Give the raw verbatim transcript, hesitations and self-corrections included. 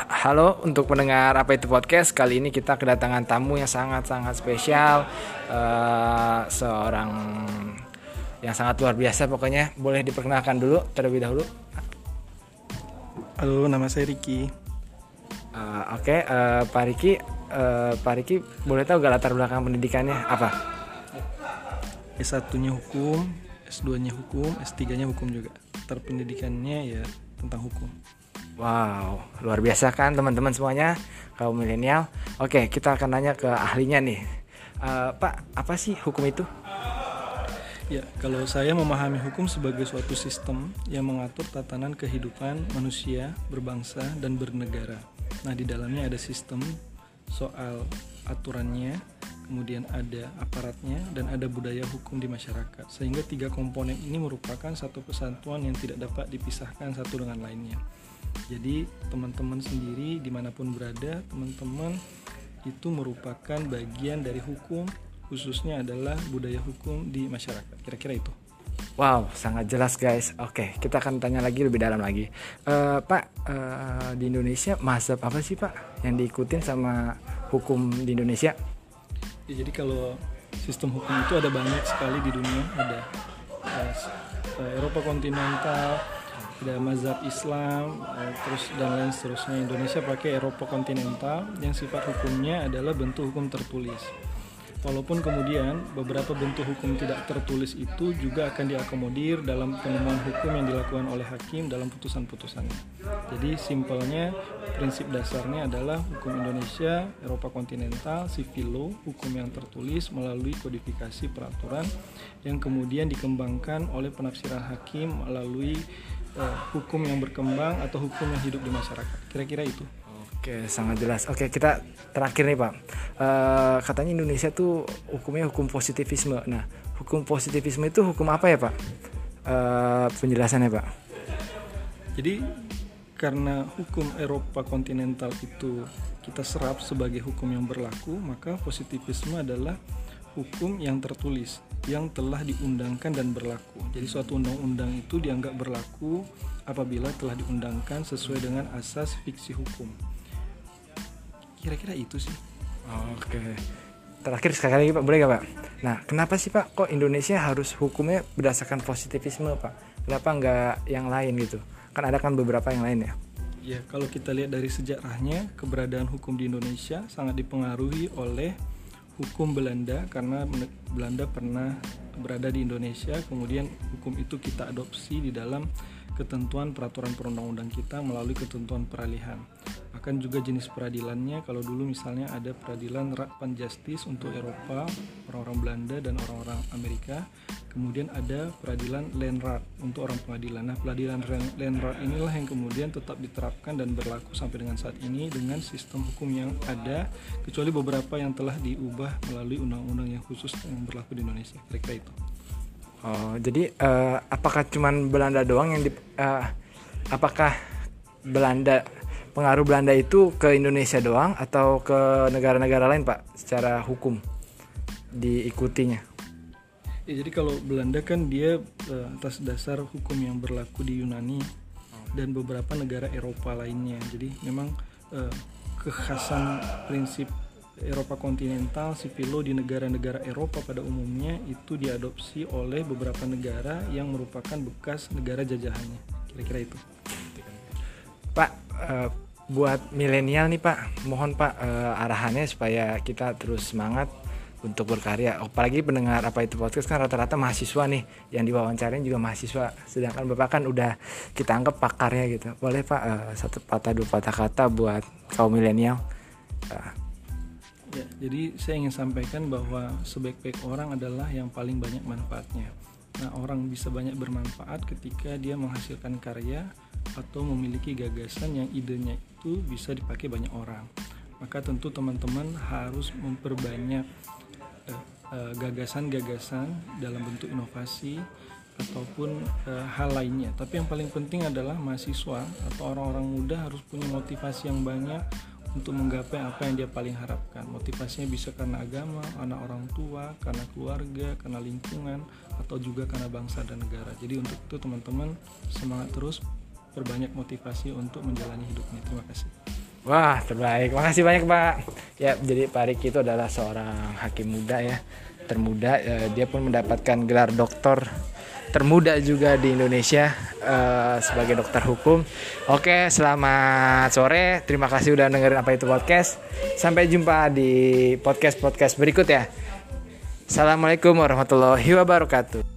Halo untuk pendengar Apa Itu Podcast. Kali ini kita kedatangan tamu yang sangat-sangat spesial, uh, seorang yang sangat luar biasa pokoknya. Boleh diperkenalkan dulu terlebih dahulu. Halo, nama saya Riki. uh, Oke, okay, uh, Pak Riki, uh, Pak Riki boleh tahu gak latar belakang pendidikannya apa? S satu-nya hukum, S dua-nya hukum, S tiga-nya hukum juga. Latar pendidikannya ya tentang hukum. Wow, luar biasa kan teman-teman semuanya, kaum milenial. Oke, kita akan nanya ke ahlinya nih. uh, Pak, apa sih hukum itu? Ya, kalau saya memahami hukum sebagai suatu sistem yang mengatur tatanan kehidupan manusia, berbangsa, dan bernegara. Nah, di dalamnya ada sistem soal aturannya, kemudian ada aparatnya, dan ada budaya hukum di masyarakat. Sehingga tiga komponen ini merupakan satu kesatuan yang tidak dapat dipisahkan satu dengan lainnya. Jadi teman-teman sendiri dimanapun berada, teman-teman itu merupakan bagian dari hukum, khususnya adalah budaya hukum di masyarakat. Kira-kira itu. Wow, sangat jelas guys. Oke, kita akan tanya lagi lebih dalam lagi. uh, Pak, uh, di Indonesia mazhab apa sih Pak yang diikutin sama hukum di Indonesia? Ya, jadi kalau sistem hukum itu ada banyak sekali di dunia. Ada uh, Eropa kontinental, ada mazhab Islam, uh, terus dan lain seterusnya. Indonesia pakai Eropa kontinental yang sifat hukumnya adalah bentuk hukum tertulis. Walaupun kemudian beberapa bentuk hukum tidak tertulis itu juga akan diakomodir dalam penemuan hukum yang dilakukan oleh hakim dalam putusan-putusannya. Jadi simpelnya prinsip dasarnya adalah hukum Indonesia, Eropa kontinental, civil law, hukum yang tertulis melalui kodifikasi peraturan yang kemudian dikembangkan oleh penafsiran hakim melalui uh, hukum yang berkembang atau hukum yang hidup di masyarakat. Kira-kira itu. Oke, sangat jelas. Oke, kita terakhir nih Pak. Uh, katanya Indonesia tuh hukumnya hukum positivisme. Nah, hukum positivisme itu hukum apa ya Pak? Uh, penjelasannya Pak. Jadi karena hukum Eropa kontinental itu kita serap sebagai hukum yang berlaku, maka positivisme adalah hukum yang tertulis, yang telah diundangkan dan berlaku. Jadi suatu undang-undang itu dianggap berlaku apabila telah diundangkan sesuai dengan asas fiksi hukum. Kira-kira itu sih. Oke. Terakhir sekali lagi Pak, boleh gak Pak? Nah, kenapa sih Pak kok Indonesia harus hukumnya berdasarkan positivisme Pak? Kenapa nggak yang lain gitu? Kan ada kan beberapa yang lain ya. Ya, kalau kita lihat dari sejarahnya, keberadaan hukum di Indonesia sangat dipengaruhi oleh hukum Belanda, karena Belanda pernah berada di Indonesia, kemudian hukum itu kita adopsi di dalam ketentuan peraturan perundang-undang kita melalui ketentuan peralihan. Bahkan juga jenis peradilannya, kalau dulu misalnya ada peradilan Raad Justice untuk Eropa, orang-orang Belanda dan orang-orang Amerika, kemudian ada peradilan Landrat untuk orang pengadilan. Nah, peradilan Landrat inilah yang kemudian tetap diterapkan dan berlaku sampai dengan saat ini dengan sistem hukum yang ada, kecuali beberapa yang telah diubah melalui undang-undang yang khusus yang berlaku di Indonesia. Kira-kira itu. Oh, jadi uh, apakah cuman Belanda doang yang di, uh, apakah Belanda pengaruh Belanda itu ke Indonesia doang atau ke negara-negara lain Pak secara hukum diikutinya? Ya, jadi kalau Belanda kan dia uh, atas dasar hukum yang berlaku di Yunani dan beberapa negara Eropa lainnya. Jadi memang uh, kekhasan prinsip Eropa kontinental, civil law di negara-negara Eropa pada umumnya itu diadopsi oleh beberapa negara yang merupakan bekas negara jajahannya. Kira-kira itu. Pak, uh, buat milenial nih Pak, mohon Pak uh, arahannya supaya kita terus semangat untuk berkarya. Apalagi pendengar Apa Itu Podcast kan rata-rata mahasiswa nih, yang diwawancarain juga mahasiswa. Sedangkan Bapak kan udah kita anggap pakarnya gitu. Boleh Pak uh, satu patah dua patah kata buat kaum milenial? Uh. Ya, jadi saya ingin sampaikan bahwa sebaik-baik orang adalah yang paling banyak manfaatnya. Nah, orang bisa banyak bermanfaat ketika dia menghasilkan karya atau memiliki gagasan yang idenya itu bisa dipakai banyak orang. Maka tentu teman-teman harus memperbanyak eh, eh, gagasan-gagasan dalam bentuk inovasi ataupun eh, hal lainnya. Tapi yang paling penting adalah mahasiswa atau orang-orang muda harus punya motivasi yang banyak untuk menggapai apa yang dia paling harapkan. Motivasinya bisa karena agama, karena orang tua, karena keluarga, karena lingkungan, atau juga karena bangsa dan negara. Jadi untuk itu teman-teman semangat terus, perbanyak motivasi untuk menjalani hidup ini. Terima kasih. Wah, terbaik. Makasih banyak, Pak. Ya, jadi Pak Riki itu adalah seorang hakim muda ya, termuda. Eh, dia pun mendapatkan gelar doktor termuda juga di Indonesia eh, sebagai dokter hukum. Oke, selamat sore. Terima kasih udah dengerin Apa Itu Podcast. Sampai jumpa di podcast-podcast berikut ya. Assalamualaikum warahmatullahi wabarakatuh.